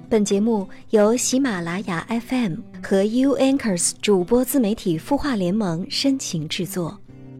本节目由喜马拉雅 FM 和 U Anchors 主播自媒体孵化联盟深情制作。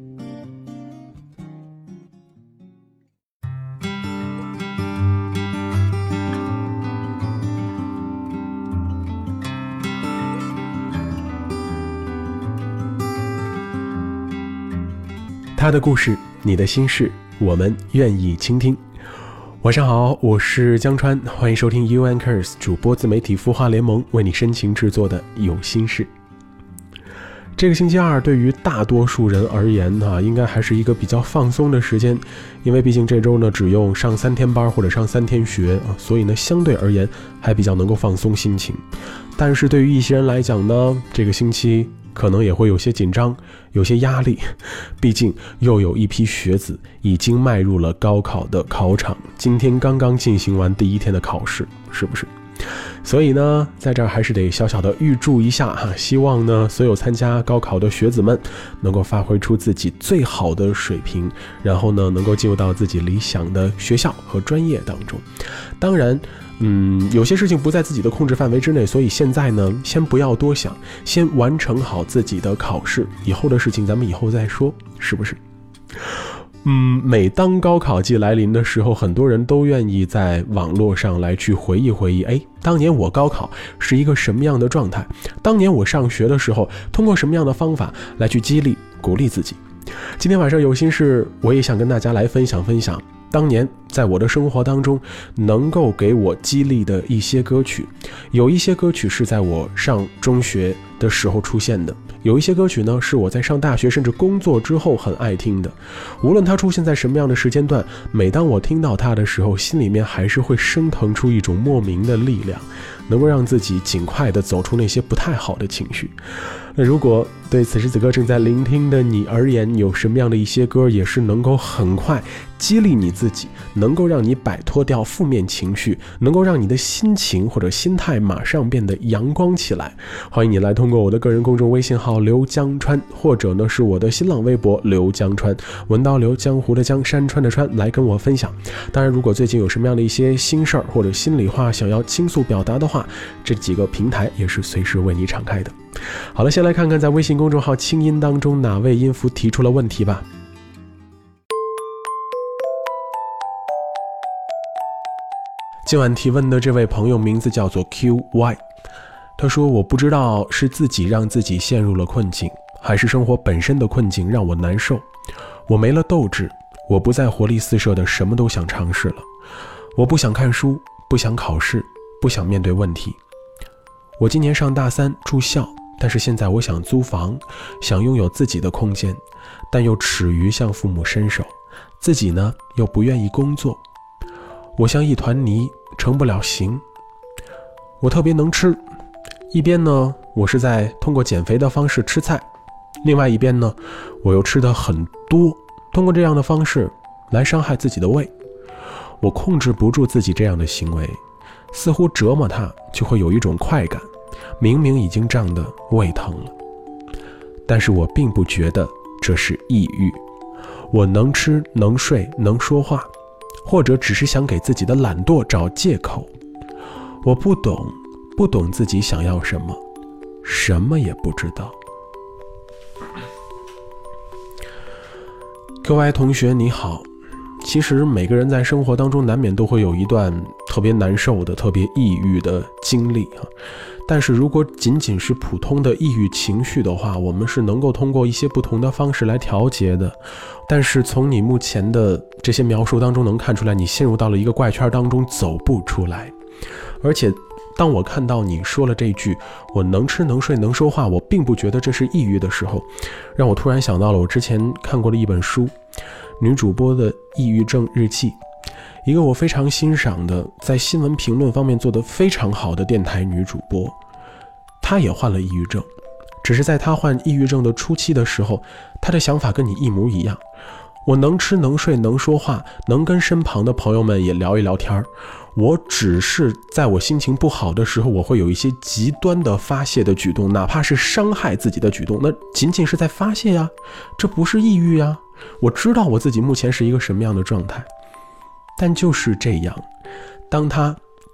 他的故事，你的心事，我们愿意倾听。晚上好，我是江川，欢迎收听 U Anchors 主播自媒体孵化联盟为你深情制作的有心事。这个星期二对于大多数人而言应该还是一个比较放松的时间，因为毕竟这周呢只用上3天班或者上3天学所以呢相对而言还比较能够放松心情。但是对于一些人来讲呢，这个星期可能也会有些紧张，有些压力，毕竟又有一批学子已经迈入了高考的考场，今天刚刚进行完第1天的考试，是不是？所以呢，在这儿还是得小小的预祝一下希望呢所有参加高考的学子们能够发挥出自己最好的水平，然后呢能够进入到自己理想的学校和专业当中。当然有些事情不在自己的控制范围之内，所以现在呢先不要多想，先完成好自己的考试，以后的事情咱们以后再说，是不是？每当高考季来临的时候，很多人都愿意在网络上来去回忆回忆，当年我高考是一个什么样的状态，当年我上学的时候通过什么样的方法来去激励鼓励自己。今天晚上有心事，我也想跟大家来分享当年在我的生活当中能够给我激励的一些歌曲。有一些歌曲是在我上中学的时候出现的，有一些歌曲呢是我在上大学甚至工作之后很爱听的。无论它出现在什么样的时间段，每当我听到它的时候，心里面还是会升腾出一种莫名的力量，能够让自己尽快的走出那些不太好的情绪。那如果对此时此刻正在聆听的你而言，有什么样的一些歌也是能够很快激励你自己，能够让你摆脱掉负面情绪，能够让你的心情或者心态马上变得阳光起来，欢迎你来通过我的个人公众微信号刘江川，或者呢是我的新浪微博刘江川，文刀刘，江湖的江，山川的川，来跟我分享。当然如果最近有什么样的一些心事儿或者心里话想要倾诉表达的话，这几个平台也是随时为你敞开的。好了，先来看看在微信公众号清音当中哪位音符提出了问题吧。今晚提问的这位朋友名字叫做 QY， 他说我不知道是自己让自己陷入了困境，还是生活本身的困境让我难受。我没了斗志，我不再活力四射的什么都想尝试了。我不想看书，不想考试，不想面对问题。我今年上大3住校，但是现在我想租房，想拥有自己的空间，但又耻于向父母伸手，自己呢又不愿意工作。我像一团泥，成不了形。我特别能吃，一边呢我是在通过减肥的方式吃菜，另外一边呢我又吃得很多，通过这样的方式来伤害自己的胃。我控制不住自己这样的行为，似乎折磨它就会有一种快感，明明已经胀得胃疼了。但是我并不觉得这是抑郁，我能吃能睡能说话，或者只是想给自己的懒惰找借口。我不懂自己想要什么，什么也不知道。各位同学你好，其实每个人在生活当中难免都会有一段特别难受的特别抑郁的经历但是如果仅仅是普通的抑郁情绪的话，我们是能够通过一些不同的方式来调节的。但是从你目前的这些描述当中能看出来，你陷入到了一个怪圈当中走不出来。而且当我看到你说了这句我能吃能睡能说话，我并不觉得这是抑郁的时候，让我突然想到了我之前看过的一本书，女主播的抑郁症日记，一个我非常欣赏的在新闻评论方面做得非常好的电台女主播，她也患了抑郁症，只是在她患抑郁症的初期的时候，她的想法跟你一模一样。我能吃能睡能说话，能跟身旁的朋友们也聊一聊天，我只是在我心情不好的时候，我会有一些极端的发泄的举动，哪怕是伤害自己的举动，那仅仅是在发泄呀，这不是抑郁呀。我知道我自己目前是一个什么样的状态，但就是这样，当他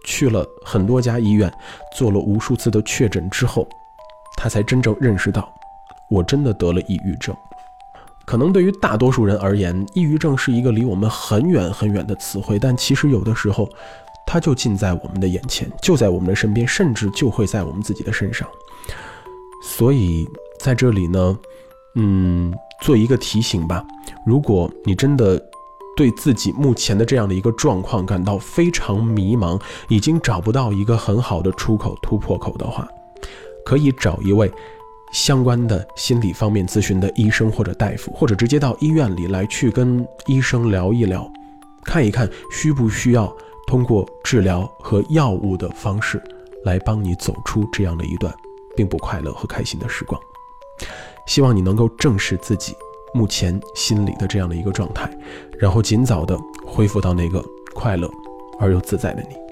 去了很多家医院，做了无数次的确诊之后，他才真正认识到，我真的得了抑郁症。可能对于大多数人而言，抑郁症是一个离我们很远很远的词汇，但其实有的时候它就近在我们的眼前，就在我们的身边，甚至就会在我们自己的身上。所以在这里呢，做一个提醒吧，如果你真的对自己目前的这样的一个状况感到非常迷茫，已经找不到一个很好的出口突破口的话，可以找一位相关的心理方面咨询的医生或者大夫，或者直接到医院里来去跟医生聊一聊，看一看需不需要通过治疗和药物的方式来帮你走出这样的一段并不快乐和开心的时光。希望你能够正视自己目前心里的这样的一个状态，然后尽早的恢复到那个快乐而又自在的你。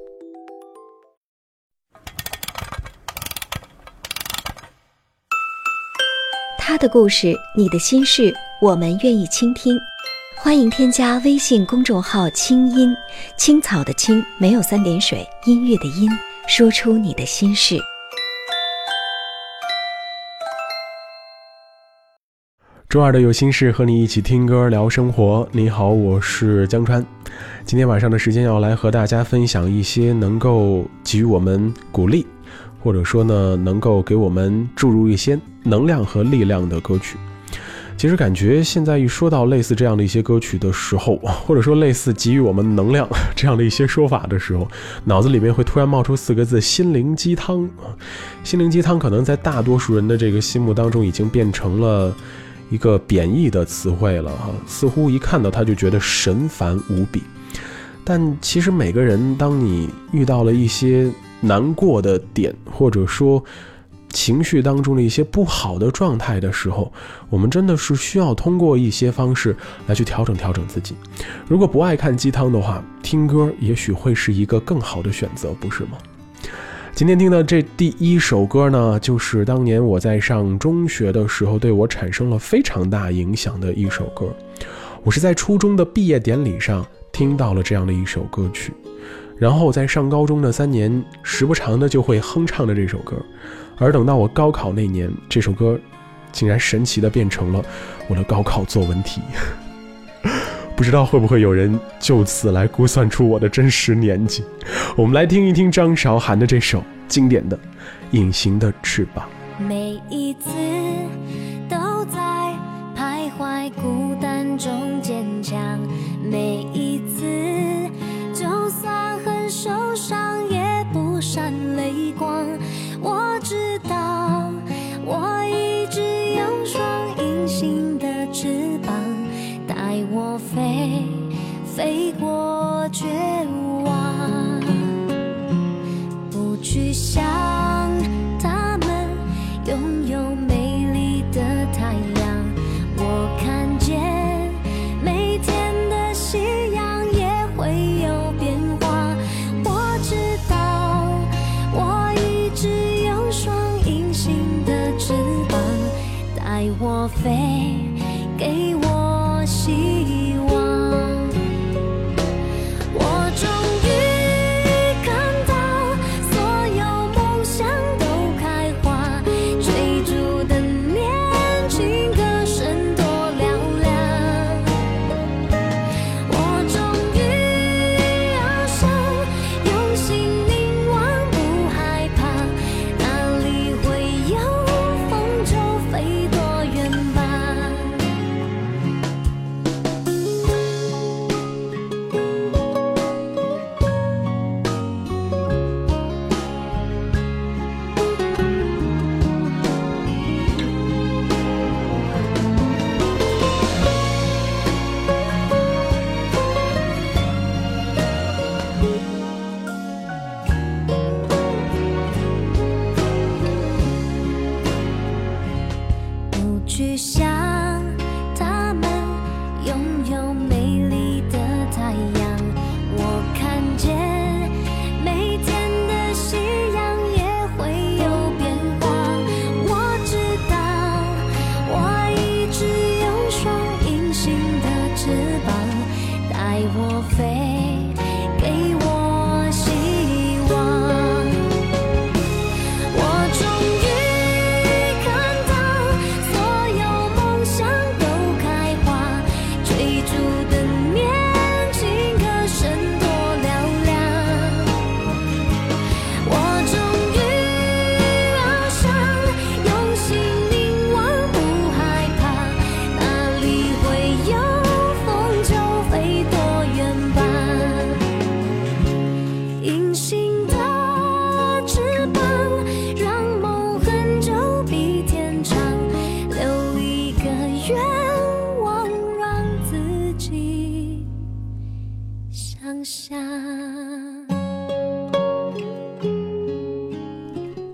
他的故事，你的心事，我们愿意倾听。欢迎添加微信公众号清音，青草的青，没有3点水，音乐的音，说出你的心事。 周二的有心事，和你一起听歌聊生活。你好，我是江川。今天晚上的时间要来和大家分享一些能够给予我们鼓励，或者说呢，能够给我们注入一些能量和力量的歌曲。其实感觉现在一说到类似这样的一些歌曲的时候，或者说类似给予我们能量这样的一些说法的时候，脑子里面会突然冒出4个字：心灵鸡汤。心灵鸡汤可能在大多数人的这个心目当中已经变成了一个贬义的词汇了，似乎一看到它就觉得神烦无比。但其实每个人，当你遇到了一些难过的点，或者说情绪当中的一些不好的状态的时候，我们真的是需要通过一些方式来去调整自己。如果不爱看鸡汤的话，听歌也许会是一个更好的选择，不是吗？今天听的这第一首歌呢，就是当年我在上中学的时候对我产生了非常大影响的一首歌。我是在初中的毕业典礼上听到了这样的一首歌曲，然后在上高中的3年，时不常的就会哼唱着这首歌。而等到我高考那年，这首歌竟然神奇的变成了我的高考作文题。不知道会不会有人就此来估算出我的真实年纪。我们来听一听张韶涵的这首经典的《隐形的翅膀》。 每一次都在徘徊孤单中坚强，每一次就算很受伤也不闪泪光。我知道我一直有双隐形的翅膀，带我飞过绝望，不去想他们拥有美丽的太阳。我看见每天的夕阳也会有变化。我知道我一直有双隐形的翅膀，带我飞，给我希望。我终于看到所有梦想都开花，追逐的年轻歌声多嘹亮。我终于翱翔，用心凝望，不害怕，哪里会有风就飞多远吧。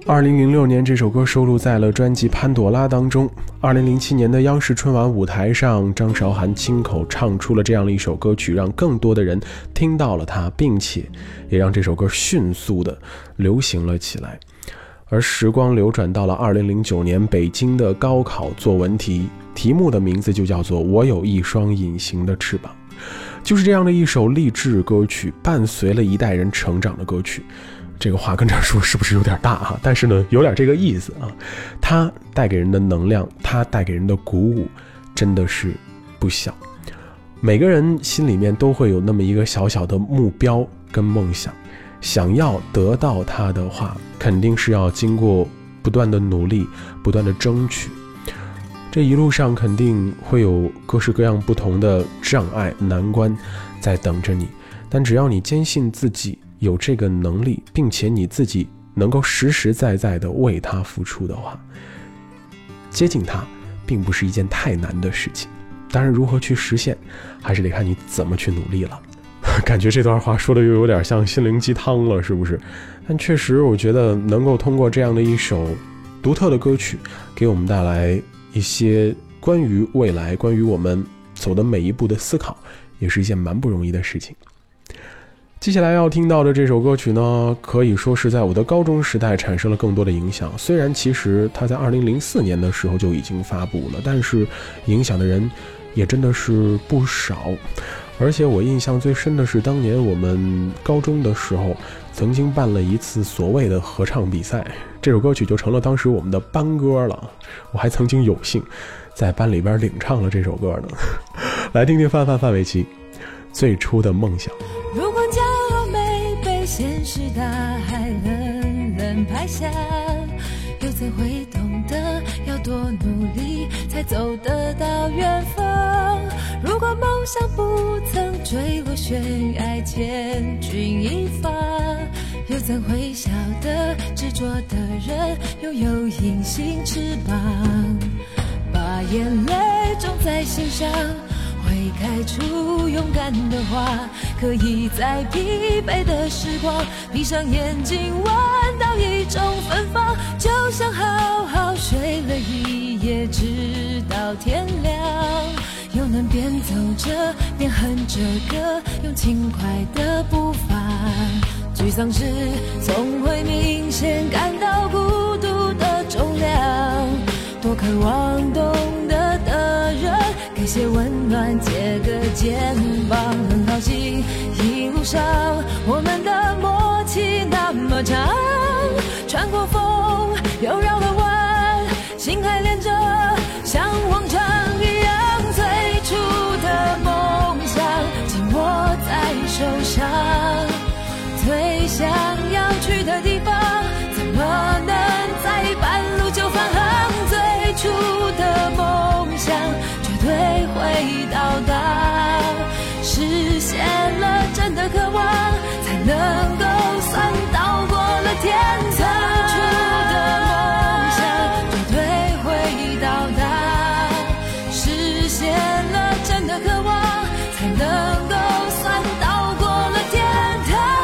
2006年这首歌收录在了专辑《潘朵拉》当中。2007年的央视春晚舞台上，张韶涵亲口唱出了这样的一首歌曲，让更多的人听到了它，并且也让这首歌迅速的流行了起来。而时光流转到了2009年北京的高考作文题目的名字就叫做《我有一双隐形的翅膀》。就是这样的一首励志歌曲，伴随了一代人成长的歌曲。这个话跟这儿说是不是有点大啊？但是呢，有点这个意思啊。它带给人的能量，它带给人的鼓舞，真的是不小。每个人心里面都会有那么一个小小的目标跟梦想，想要得到它的话，肯定是要经过不断的努力，不断的争取。这一路上肯定会有各式各样不同的障碍难关在等着你，但只要你坚信自己有这个能力，并且你自己能够实实在在的为它付出的话，接近它并不是一件太难的事情。当然如何去实现，还是得看你怎么去努力了。感觉这段话说的又有点像心灵鸡汤了，是不是？但确实我觉得能够通过这样的一首独特的歌曲，给我们带来一些关于未来，关于我们走的每一步的思考，也是一件蛮不容易的事情。接下来要听到的这首歌曲呢，可以说是在我的高中时代产生了更多的影响。虽然其实它在2004年的时候就已经发布了，但是影响的人也真的是不少。而且我印象最深的是，当年我们高中的时候曾经办了一次所谓的合唱比赛，这首歌曲就成了当时我们的班歌了。我还曾经有幸在班里边领唱了这首歌呢。来听听范玮琪最初的梦想。 如果骄傲没被现实大海冷冷拍下，又怎会懂得要多努力才走得到远方？如果梦想不曾坠落悬崖，千钧一发，又怎会晓得执着的人拥有隐形翅膀？把眼泪种在心上，会开出勇敢的花，可以在疲惫的时光闭上眼睛闻到一种芬芳，就像好好睡了一夜直到天亮，又能边走着边哼着歌，用轻快的步伐。沮丧时总会明显感到孤独的重量，多渴望懂得的人给些温暖，借个肩膀。很高兴一路上我们的默契那么长，穿过风又绕了弯，心还连着像往常一样，最初的梦想紧握在手上，最想要去的地方怎么能在半路就返航？最初的梦想绝对会到达，实现了真的渴望，才能够算到过了天堂。最初的梦想绝对会到达，实现了真的渴望，才能够算到过了天堂。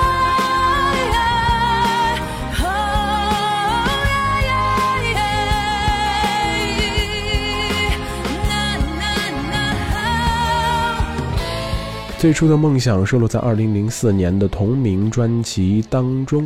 最初的梦想收录在2004年的同名专辑当中。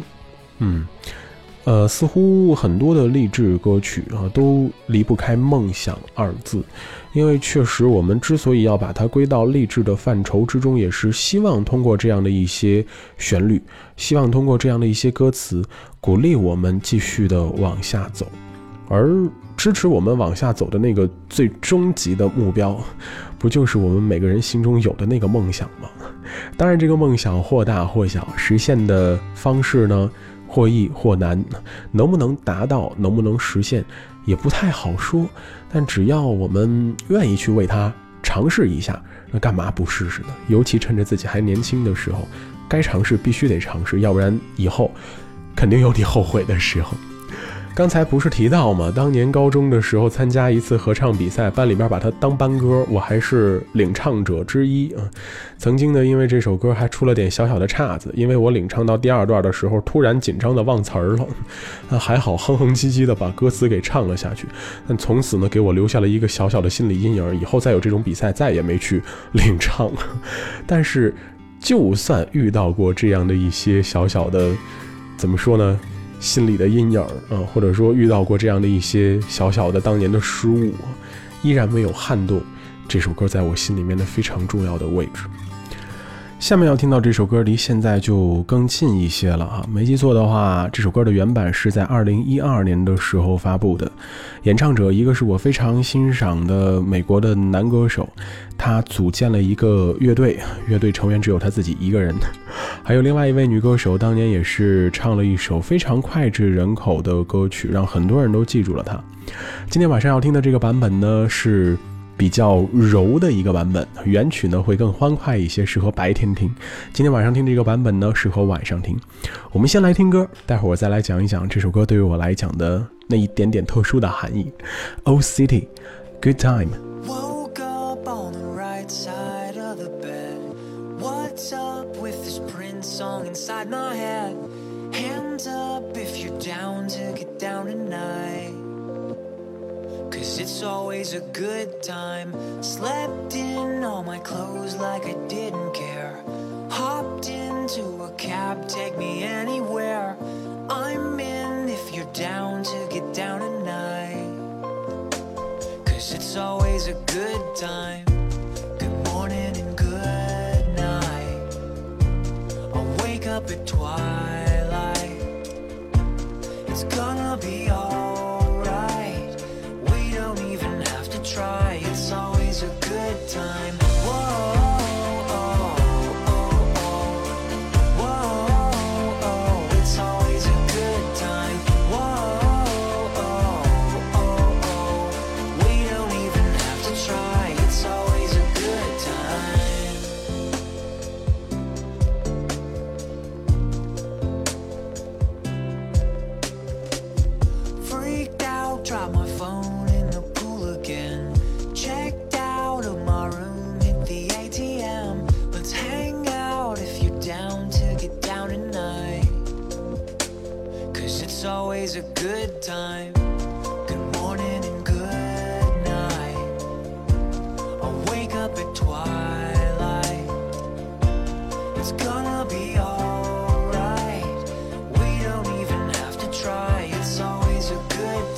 似乎很多的励志歌曲都离不开梦想二字，因为确实我们之所以要把它归到励志的范畴之中，也是希望通过这样的一些旋律，希望通过这样的一些歌词，鼓励我们继续的往下走。而支持我们往下走的那个最终极的目标，不就是我们每个人心中有的那个梦想吗？当然这个梦想或大或小，实现的方式呢或易或难，能不能达到，能不能实现也不太好说，但只要我们愿意去为它尝试一下，那干嘛不试试呢？尤其趁着自己还年轻的时候，该尝试必须得尝试，要不然以后肯定有你后悔的时候。 刚才不是提到吗？当年高中的时候参加一次合唱比赛，班里边把它当班歌，我还是领唱者之一啊。曾经呢，因为这首歌还出了点小小的岔子，因为我领唱到第2段的时候，突然紧张的忘词儿了，还好哼哼唧唧的把歌词给唱了下去。但从此呢，给我留下了一个小小的心理阴影，以后再有这种比赛再也没去领唱。但是就算遇到过这样的一些小小的，怎么说呢？心里的阴影或者说遇到过这样的一些小小的当年的失误，依然没有撼动这首歌在我心里面的非常重要的位置。下面要听到这首歌离现在就更近一些了啊，没记错的话，这首歌的原版是在2012年的时候发布的，演唱者一个是我非常欣赏的美国的男歌手，他组建了一个乐队，乐队成员只有他自己一个人，还有另外一位女歌手，当年也是唱了一首非常脍炙人口的歌曲，让很多人都记住了她。今天晚上要听的这个版本呢，是比较柔的一个版本，原曲呢会更欢快一些，适合白天听。今天晚上听这个版本呢，适合晚上听。我们先来听歌，待会儿我再来讲一讲这首歌对于我来讲的那一点点特殊的含义。Old City, Good Time。Woke up on the right side of the bed. What's up with this Prince song inside my head? Hands up if you're down to get down tonight.'Cause it's always a good time. Slept in all my clothes like I didn't care. Hopped into a cab, take me anywhere. I'm in if you're down to get down tonight. Cause it's always a good time. Good morning and good night. I'll wake up at twilight. It's gonna be alright.Try, it's always a good time. Whoa, oh, oh, oh. Whoa, oh, it's always a good time. Whoa, oh, oh, oh. We don't even have to try, it's always a good time. Freaked out, dropped my phone.Checked out of my room, hit the ATM. Let's hang out if you're down to get down tonight. Cause it's always a good time. Good morning and good night. I'll wake up at twilight. It's gonna be alright. We don't even have to try, it's always a good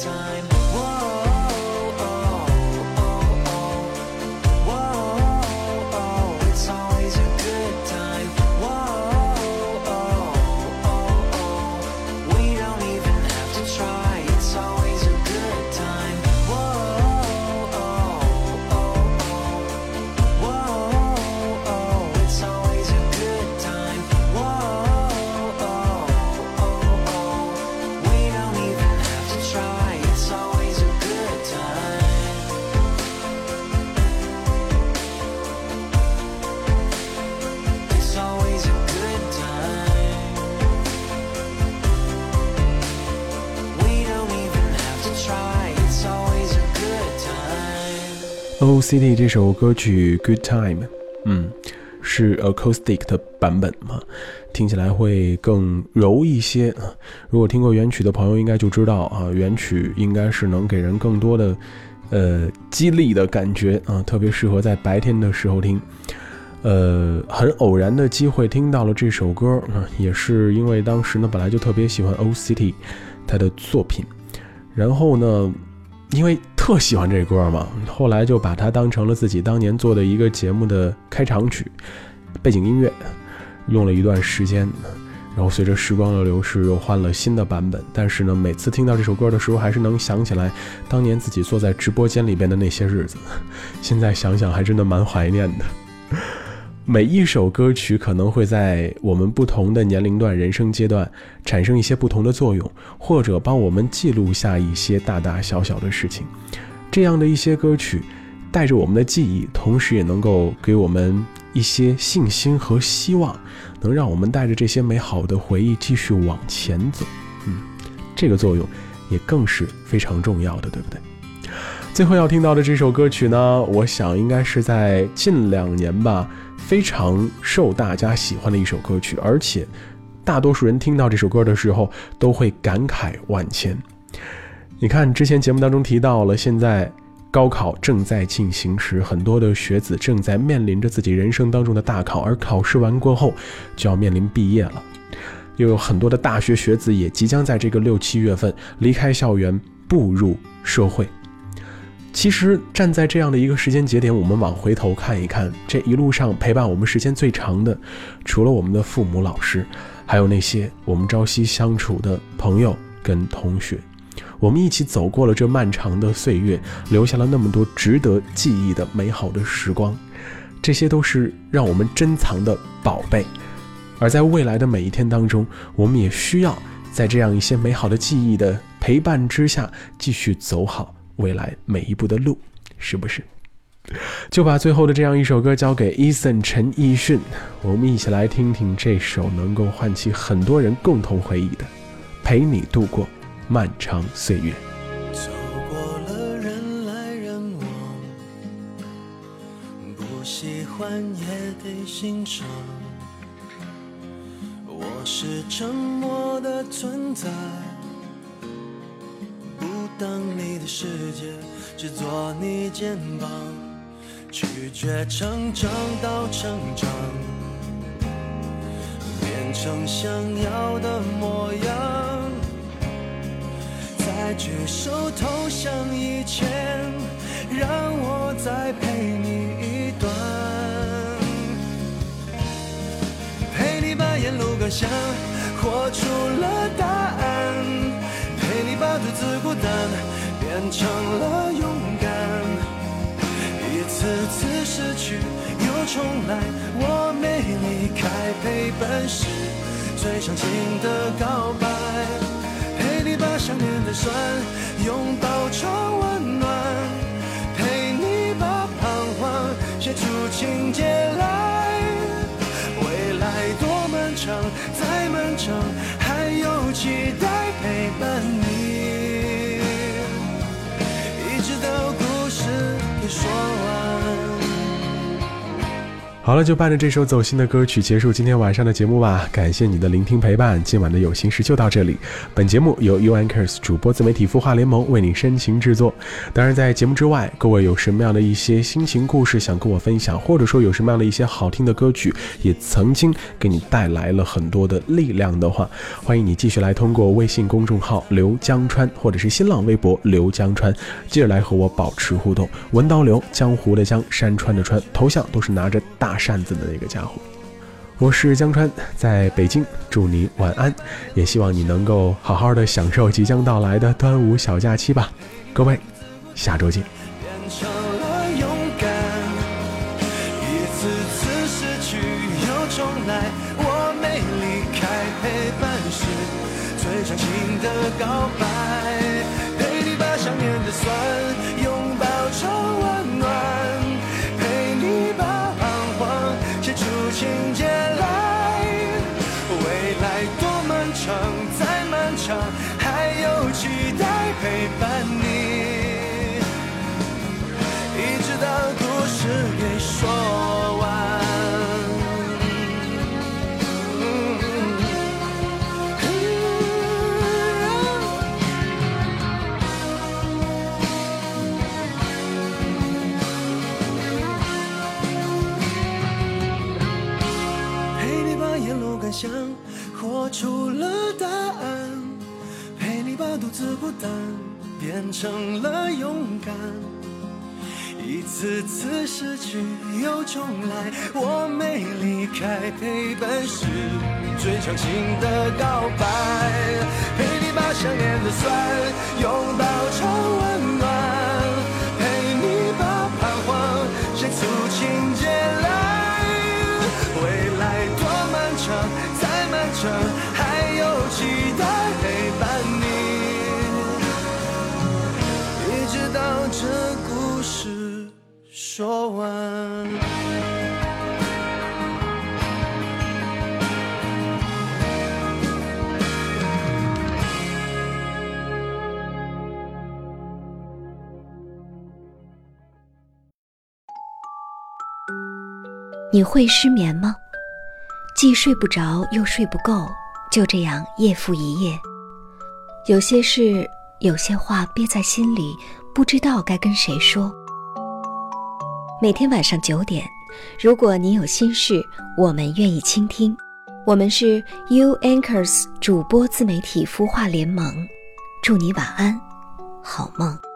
time.Old City 这首歌曲 Good Time 是 acoustic 的版本嘛，听起来会更柔一些。如果听过原曲的朋友应该就知道啊，原曲应该是能给人更多的激励的感觉啊，特别适合在白天的时候听。很偶然的机会听到了这首歌也是因为当时呢本来就特别喜欢 Old City 他的作品，然后呢因为特喜欢这歌嘛，后来就把它当成了自己当年做的一个节目的开场曲、背景音乐，用了一段时间。然后随着时光的流逝，又换了新的版本。但是呢，每次听到这首歌的时候，还是能想起来当年自己坐在直播间里边的那些日子。现在想想，还真的蛮怀念的。每一首歌曲可能会在我们不同的年龄段、人生阶段产生一些不同的作用，或者帮我们记录下一些大大小小的事情。这样的一些歌曲带着我们的记忆，同时也能够给我们一些信心和希望，能让我们带着这些美好的回忆继续往前走。这个作用也更是非常重要的，对不对？最后要听到的这首歌曲呢，我想应该是在近2年吧，非常受大家喜欢的一首歌曲，而且大多数人听到这首歌的时候都会感慨万千。你看之前节目当中提到了，现在高考正在进行时，很多的学子正在面临着自己人生当中的大考，而考试完过后就要面临毕业了，又有很多的大学学子也即将在这个6、7月份离开校园步入社会。其实站在这样的一个时间节点，我们往回头看一看，这一路上陪伴我们时间最长的，除了我们的父母老师，还有那些我们朝夕相处的朋友跟同学。我们一起走过了这漫长的岁月，留下了那么多值得记忆的美好的时光，这些都是让我们珍藏的宝贝。而在未来的每一天当中，我们也需要在这样一些美好的记忆的陪伴之下，继续走好未来每一步的路，是不是？就把最后的这样一首歌交给 Eason 陈奕迅，我们一起来听听这首能够唤起很多人共同回忆的《陪你度过漫长岁月》。 走过了人来人往，不喜欢也得欣赏，我是沉默的存在，不当你的世界，只做你肩膀，拒绝成长到成长，变成想要的模样，在举手投降以前，让我再陪你一段，陪你把沿路感想活出了答案，陪你把独自孤单变成了勇敢，一次次失去又重来，我没离开陪伴是最长情的告白，陪你把想念的酸拥抱成温暖，陪你把彷徨写出情节来，未来多漫长再漫长，还有期待陪伴你，一直到故事给说完。 好了，就伴着这首走心的歌曲结束今天晚上的节目吧。感谢你的聆听陪伴，今晚的有心事就到这里。本节目由 YouAnkers 主播自媒体孵化联盟为你深情制作。当然在节目之外，各位有什么样的一些心情故事想跟我分享，或者说有什么样的一些好听的歌曲也曾经给你带来了很多的力量的话，欢迎你继续来通过微信公众号刘江川，或者是新浪微博刘江川，接着来和我保持互动。文刀刘，江湖的江，山川的川，头像都是拿着大扇子的那个家伙。我是江川，在北京，祝你晚安，也希望你能够好好的享受即将到来的端午小假期吧。各位，下周见。 变成了勇敢，一次次失去又重来，我没离开陪伴是最长情的告白，陪你把想念的酸拥抱成温暖，陪你把彷徨写出情节来，未来多漫长再漫长，还有期待陪伴你，一直到故事给说完。陪你把沿路感想活出了答案，陪你把独自孤单变成了勇敢，一次次失去又重来，我没离开陪伴是最长情的告白，陪你把想念的酸拥抱成温暖，陪你把彷徨写出情节来，未来多漫长再漫长，还有期待陪伴你，一直到这故事说完。 你会失眠吗？既睡不着又睡不够，就这样夜复一夜。有些事，有些话憋在心里，不知道该跟谁说。每天晚上9点，如果你有心事，我们愿意倾听。我们是 You Anchors 主播自媒体孵化联盟，祝你晚安，好梦。